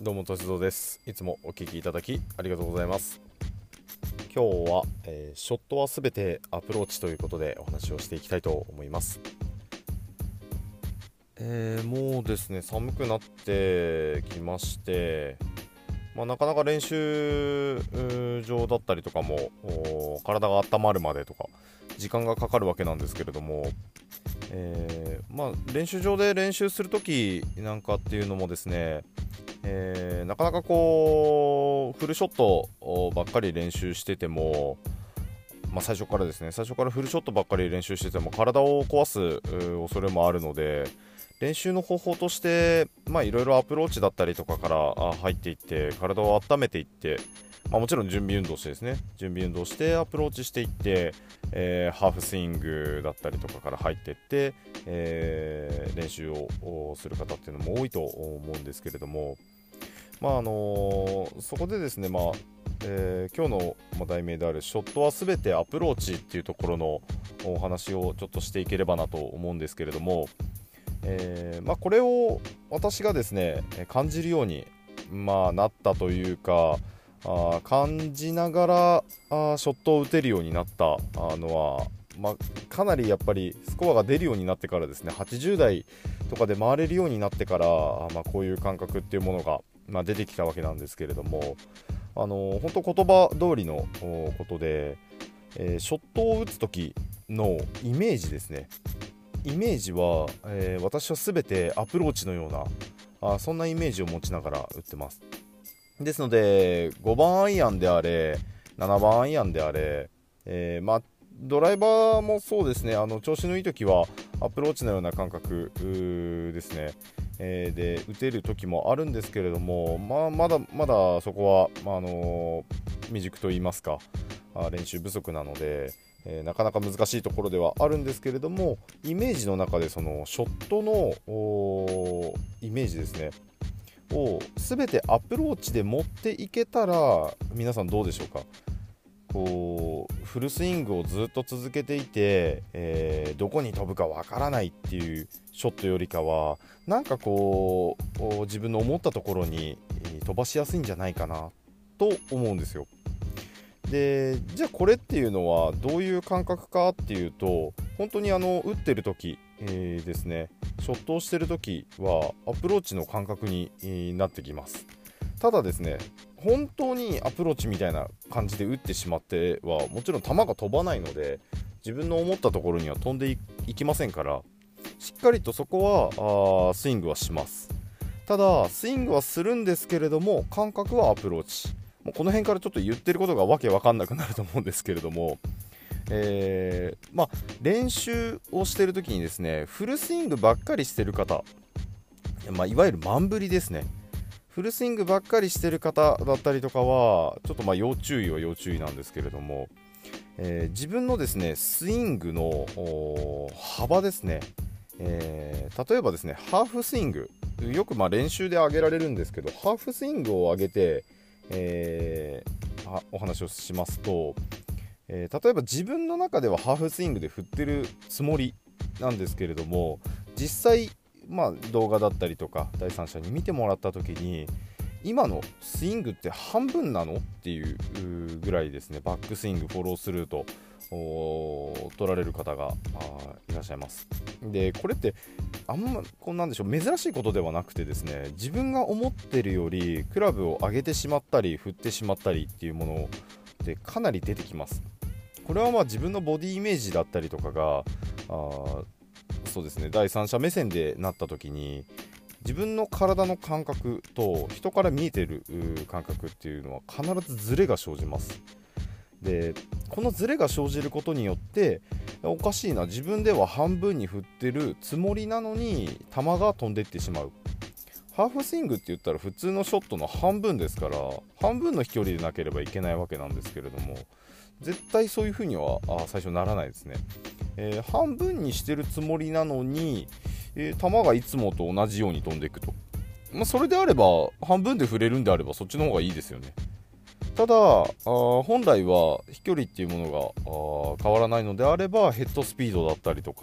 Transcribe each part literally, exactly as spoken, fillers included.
どうもとしぞうです。いつもお聞きいただきありがとうございます。今日は、えーショットはすべてアプローチということでお話をしていきたいと思います。えーもうですね、寒くなってきまして、まあ、なかなか練習うー場だったりとかもお体が温まるまでとか時間がかかるわけなんですけれども、えーまあ、練習場で練習するときなんかっていうのもですね、えーなかなかこうフルショットばっかり練習してても、まあ、最初からですね最初からフルショットばっかり練習してても体を壊すうー恐れもあるので、練習の方法としてまあいろいろアプローチだったりとかからあ入っていって体を温めていって、まあ、もちろん準備運動してですね準備運動してアプローチしていって、えーハーフスイングだったりとかから入っていって、えー練習をする方っていうのも多いと思うんですけれども、まああのーそこでですね、まあえー今日のまあ題名であるショットはすべてアプローチっていうところのお話をちょっとしていければなと思うんですけれども、えーまあ、これを私がですね感じるように、まあ、なったというか、あー感じながらあーショットを打てるようになったあのは、まあ、かなりやっぱりスコアが出るようになってからですねはちじゅう代とかで回れるようになってからあー、まあ、こういう感覚っていうものが、まあ、出てきたわけなんですけれども、あのー本当言葉通りのおことで、えーショットを打つ時のイメージですね。イメージは、えー私は全てアプローチのようなあそんなイメージを持ちながら打ってます。ですのでごばんアイアンであれななばんアイアンであれ、えーまあ、ドライバーもそうですね、あの調子のいい時はアプローチのような感覚うーですね、えーで打てる時もあるんですけれども、まあ、まだまだそこは、まああのー未熟と言いますかあ練習不足なので、えーなかなか難しいところではあるんですけれども、イメージの中でそのショットのおーイメージですねを全てアプローチで持っていけたら、皆さんどうでしょうか。こうフルスイングをずっと続けていて、えーどこに飛ぶかわからないっていうショットよりかは、なんかこうお自分の思ったところにえー飛ばしやすいんじゃないかなと思うんですよ。でじゃあこれっていうのはどういう感覚かっていうと、本当にあの打ってる時、えーですねショットをしてる時はアプローチの感覚に、えーなってきます。ただですね、本当にアプローチみたいな感じで打ってしまってはもちろん球が飛ばないので、自分の思ったところには飛んでいいきませんから、しっかりとそこはあースイングはします。ただスイングはするんですけれども、感覚はアプローチ。もうこの辺からちょっと言ってることがわけわかんなくなると思うんですけれども、えーまあ、練習をしている時にですねフルスイングばっかりしてる方、まあ、いわゆるマンブリですね。フルスイングばっかりしてる方だったりとかはちょっとまあ要注意は要注意なんですけれども、えー自分のですねスイングのおー幅ですね、えー例えばですねハーフスイング、よくまあ練習で上げられるんですけど、ハーフスイングを上げて、えーあお話をしますと、えー例えば自分の中ではハーフスイングで振ってるつもりなんですけれども、実際、まあ、動画だったりとか第三者に見てもらった時に、今のスイングって半分なのっていうぐらいですね、バックスイングフォロースルーとお取られる方があーいらっしゃいます。でこれってあんまこうなんでしょう、珍しいことではなくてですね、自分が思ってるよりクラブを上げてしまったり振ってしまったりっていうものでかなり出てきます。これはまあ自分のボディイメージだったりとかがあーそうですね第三者目線でなった時に、自分の体の感覚と人から見えてるうー感覚っていうのは必ずズレが生じます。でこのズレが生じることによって、おかしいな、自分では半分に振ってるつもりなのに球が飛んでいってしまう。ハーフスイングって言ったら普通のショットの半分ですから、半分の飛距離でなければいけないわけなんですけれども、絶対そういう風にはあ最初ならないですね。えー半分にしてるつもりなのに、えー球がいつもと同じように飛んでいくと、まあ、それであれば半分で振れるんであればそっちの方がいいですよね。ただあー本来は飛距離っていうものがあー変わらないのであれば、ヘッドスピードだったりとか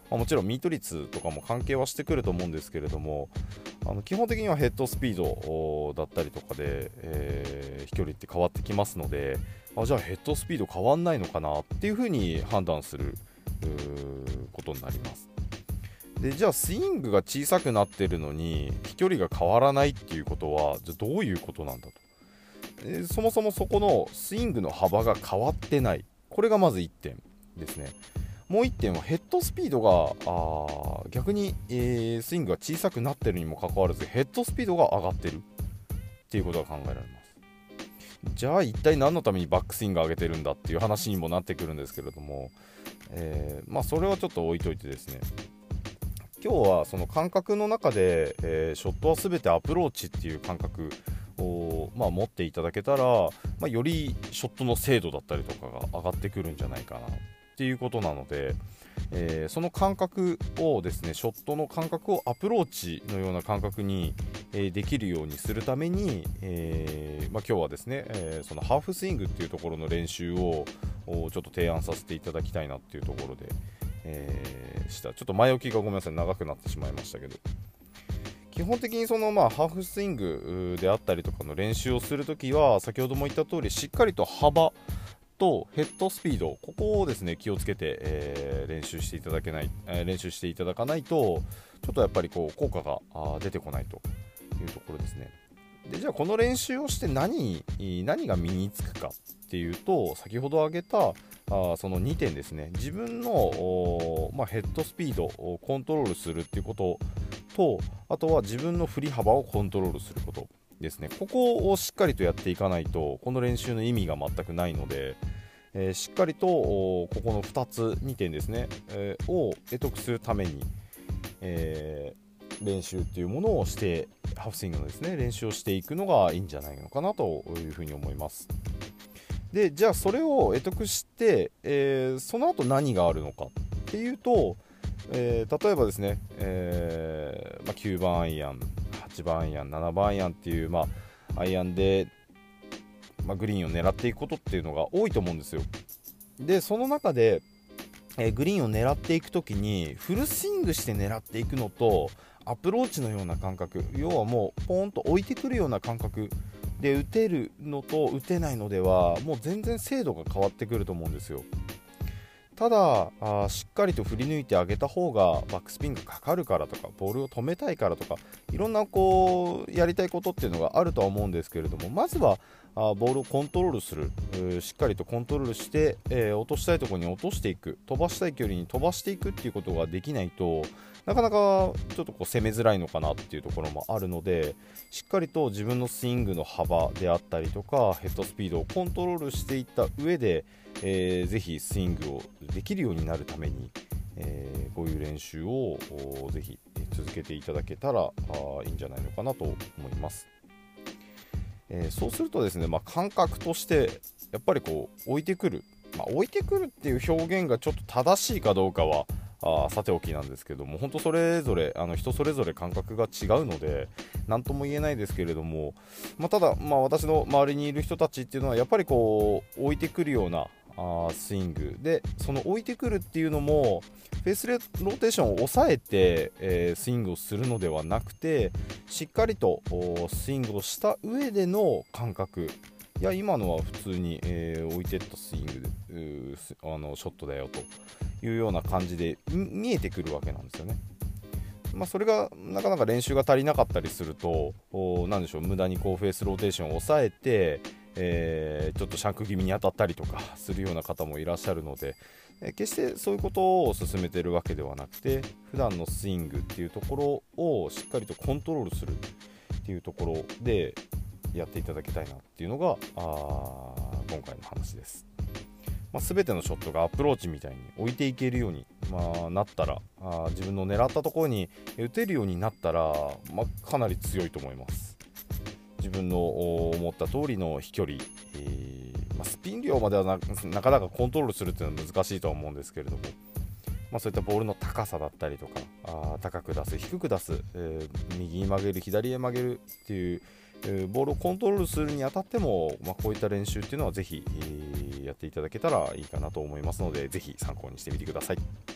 まあ、もちろんミート率とかも関係はしてくると思うんですけれども、あの基本的にはヘッドスピードだったりとかで、えー、飛距離って変わってきますので、あじゃあヘッドスピード変わんないのかなっていうふうに判断することになります。でじゃあスイングが小さくなってるのに飛距離が変わらないっていうことはじゃあどういうことなんだと、えー、そもそもそこのスイングの幅が変わってない、これがまずいってんですね。もういってんはヘッドスピードがあー逆に、えー、スイングが小さくなってるにもかかわらずヘッドスピードが上がってるっていうことが考えられます。じゃあ一体何のためにバックスイングを上げてるんだっていう話にもなってくるんですけれども、えーまあ、それはちょっと置いといてですね、今日はその感覚の中で、えー、ショットは全てアプローチっていう感覚を、まあ、持っていただけたら、まあ、よりショットの精度だったりとかが上がってくるんじゃないかなっていうことなので、えー、その感覚をですね、ショットの感覚をアプローチのような感覚に、えー、できるようにするために、えーまあ、今日はですね、えー、そのハーフスイングっていうところの練習をちょっと提案させていただきたいなっていうところで、えー、したちょっと前置きがごめんなさい長くなってしまいましたけど、基本的にそのまあハーフスイングであったりとかの練習をするときは先ほども言った通りしっかりと幅とヘッドスピード、ここをですね気をつけて、えー、練習していただけない、えー、練習していただかないとちょっとやっぱりこう効果が出てこないというところですね。でじゃあこの練習をして何何が身につくかっていうと、先ほど挙げたあそのにてんですね、自分の、まあ、ヘッドスピードをコントロールするっていうことと、あとは自分の振り幅をコントロールすることですね。ここをしっかりとやっていかないとこの練習の意味が全くないので、えー、しっかりとここのふたつにてんですね、えー、を得得するために、えー、練習っていうものをしてハーフスイングのですね練習をしていくのがいいんじゃないのかなというふうに思います。でじゃあそれを得得して、えー、その後何があるのかっていうと、えー、例えばですね、えーまあ、きゅうばんアイアン、はちばんアイアン、ななばんアイアンっていう、まあ、アイアンで、まあ、グリーンを狙っていくことっていうのが多いと思うんですよ。でその中で、えー、グリーンを狙っていくときにフルスイングして狙っていくのとアプローチのような感覚、要はもうポーンと置いてくるような感覚で打てるのと打てないのではもう全然精度が変わってくると思うんですよ。ただあしっかりと振り抜いてあげた方がバックスピンがかかるからとかボールを止めたいからとかいろんなこうやりたいことっていうのがあるとは思うんですけれども、まずはあボールをコントロールする、しっかりとコントロールして、えー、落としたいところに落としていく、飛ばしたい距離に飛ばしていくっていうことができないとなかなかちょっとこう攻めづらいのかなっていうところもあるので、しっかりと自分のスイングの幅であったりとかヘッドスピードをコントロールしていった上で、えー、ぜひスイングをできるようになるために、えー、こういう練習をぜひ続けていただけたらあいいんじゃないのかなと思います。えー、そうするとですね、まあ、感覚としてやっぱりこう置いてくる、まあ、置いてくるっていう表現がちょっと正しいかどうかはあさておきなんですけども、本当それぞれあの人それぞれ感覚が違うので何とも言えないですけれども、まあ、ただ、まあ、私の周りにいる人たちっていうのはやっぱりこう置いてくるようなあスイングで、その置いてくるっていうのもフェースローテーションを抑えて、えー、スイングをするのではなくてしっかりとスイングをした上での感覚、いや今のは普通に、えー、置いてったスイングであのショットだよというような感じで見えてくるわけなんですよね。まあ、それがなかなか練習が足りなかったりするとなんでしょう、無駄にこうフェースローテーションを抑えて、えー、ちょっとシャンク気味に当たったりとかするような方もいらっしゃるので、えー、決してそういうことを進めているわけではなくて、普段のスイングっていうところをしっかりとコントロールするっていうところでやっていただきたいなっていうのがあ今回の話です。まあ、全てのショットがアプローチみたいに置いていけるように、まあ、なったらあ自分の狙ったところに打てるようになったら、まあ、かなり強いと思います。自分の思った通りの飛距離、えーまあ、スピン量までは な, なかなかコントロールするっていうのは難しいとは思うんですけれども、まあ、そういったボールの高さだったりとかあ高く出す低く出す、えー、右に曲げる左へ曲げるっていうボールをコントロールするにあたっても、まあ、こういった練習っていうのはぜひ、えー、やっていただけたらいいかなと思いますので、ぜひ参考にしてみてください。